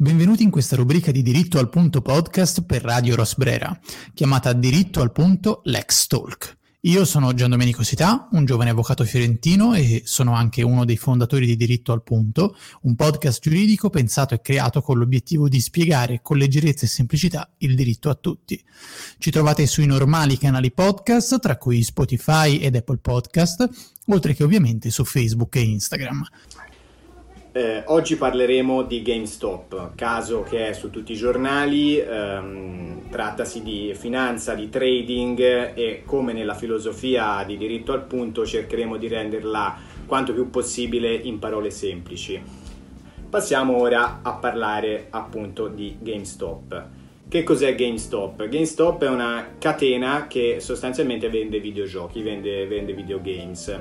Benvenuti in questa rubrica di Diritto al Punto podcast per Radio Rosbrera, chiamata Diritto al Punto Lex Talk. Io sono Giandomenico Sità, un giovane avvocato fiorentino e sono anche uno dei fondatori di Diritto al Punto, un podcast giuridico pensato e creato con l'obiettivo di spiegare con leggerezza e semplicità il diritto a tutti. Ci trovate sui normali canali podcast, tra cui Spotify ed Apple Podcast, oltre che ovviamente su Facebook e Instagram. Oggi parleremo di GameStop, caso che è su tutti i giornali, trattasi di finanza, di trading e come nella filosofia di diritto al punto cercheremo di renderla quanto più possibile in parole semplici. Passiamo ora a parlare appunto di GameStop. Che cos'è GameStop? GameStop è una catena che sostanzialmente vende videogiochi, vende videogames.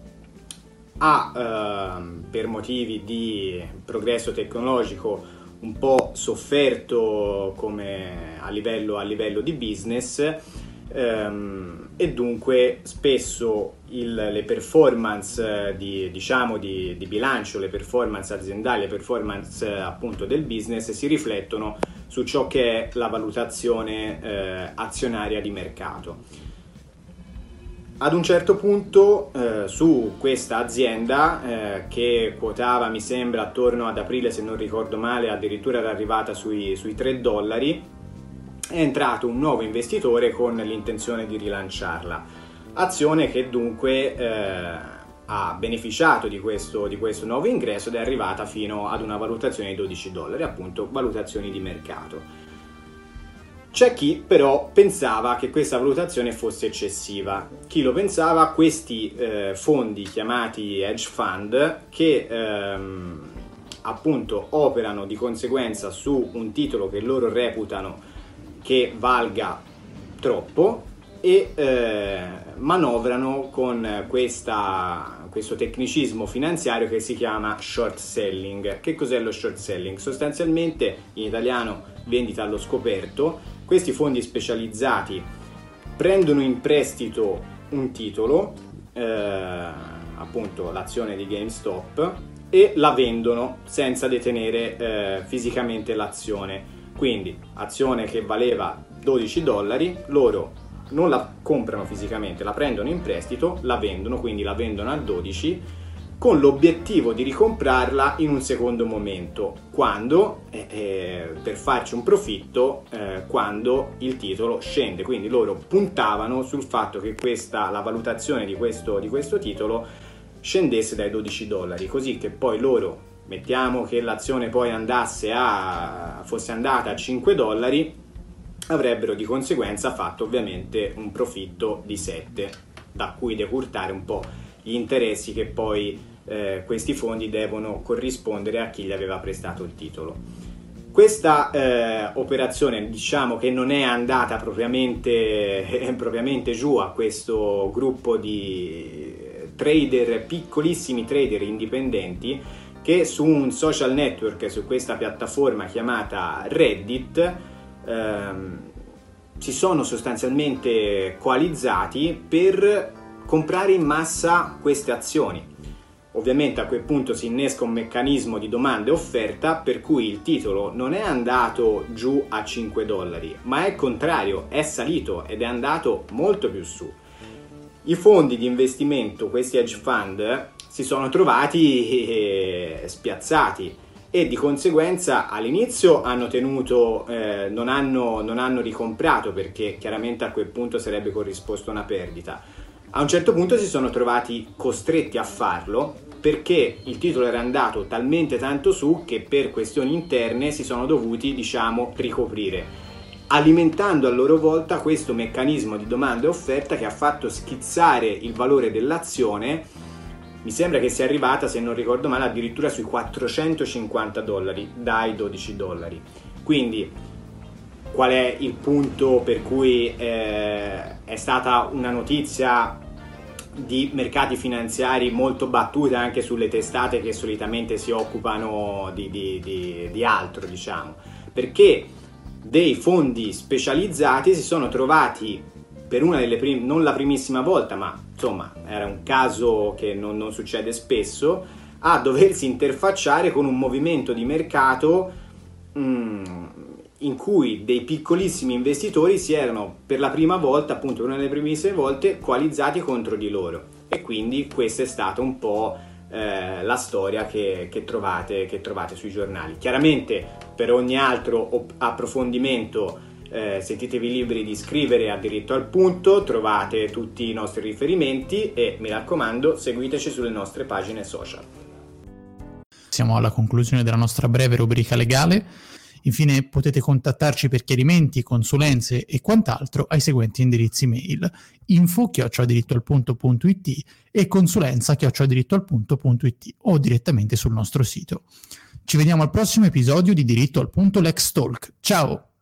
Per motivi di progresso tecnologico un po' sofferto come a livello di business e dunque spesso le performance di bilancio, le performance aziendali, le performance appunto del business si riflettono su ciò che è la valutazione azionaria di mercato. Ad un certo punto su questa azienda che quotava, mi sembra, attorno ad aprile, se non ricordo male, addirittura era arrivata sui $3, è entrato un nuovo investitore con l'intenzione di rilanciarla. Azione che dunque ha beneficiato di questo nuovo ingresso ed è arrivata fino ad una valutazione di $12, appunto valutazioni di mercato. C'è chi però pensava che questa valutazione fosse eccessiva. Chi lo pensava? Questi fondi chiamati hedge fund che appunto operano di conseguenza su un titolo che loro reputano che valga troppo e manovrano con questo tecnicismo finanziario che si chiama short selling. Che cos'è lo short selling? Sostanzialmente, in italiano, vendita allo scoperto. Questi fondi specializzati prendono in prestito un titolo, appunto l'azione di GameStop, e la vendono senza detenere fisicamente l'azione. Quindi, azione che valeva $12, loro non la comprano fisicamente, la prendono in prestito, la vendono, quindi la vendono a 12, con l'obiettivo di ricomprarla in un secondo momento, quando, per farci un profitto, quando il titolo scende. Quindi loro puntavano sul fatto che la valutazione di questo titolo scendesse dai $12, così che poi loro, mettiamo che l'azione poi fosse andata a $5, avrebbero di conseguenza fatto ovviamente un profitto di 7, da cui decurtare un po' gli interessi che poi questi fondi devono corrispondere a chi gli aveva prestato il titolo. Questa operazione, diciamo che non è andata propriamente giù a questo gruppo di trader, piccolissimi trader indipendenti, che su un social network, su questa piattaforma chiamata Reddit, si sono sostanzialmente coalizzati per comprare in massa queste azioni. Ovviamente a quel punto si innesca un meccanismo di domanda e offerta per cui il titolo non è andato giù a $5, ma è il contrario, è salito ed è andato molto più su. I fondi di investimento, questi hedge fund, si sono trovati spiazzati e di conseguenza all'inizio hanno tenuto, non hanno ricomprato, perché chiaramente a quel punto sarebbe corrisposta una perdita. A un certo punto si sono trovati costretti a farlo perché il titolo era andato talmente tanto su che per questioni interne si sono dovuti, ricoprire, alimentando a loro volta questo meccanismo di domanda e offerta che ha fatto schizzare il valore dell'azione. Mi sembra che sia arrivata, se non ricordo male, addirittura sui $450 dai $12. Quindi qual è il punto per cui è stata una notizia di mercati finanziari molto battuta anche sulle testate che solitamente si occupano di altro, perché dei fondi specializzati si sono trovati per una delle non la primissima volta, ma insomma era un caso che non succede spesso, a doversi interfacciare con un movimento di mercato in cui dei piccolissimi investitori si erano per la prima volta, appunto una delle primissime volte, coalizzati contro di loro, e quindi questa è stata un po' la storia che trovate sui giornali. Chiaramente per ogni altro approfondimento sentitevi liberi di scrivere a Diritto al Punto, trovate tutti i nostri riferimenti e mi raccomando seguiteci sulle nostre pagine social. Siamo alla conclusione della nostra breve rubrica legale. Infine potete contattarci per chiarimenti, consulenze e quant'altro ai seguenti indirizzi mail: info@dirittoalpunto.it e consulenza@dirittoalpunto.it o direttamente sul nostro sito. Ci vediamo al prossimo episodio di Diritto al Punto Lex Talk. Ciao!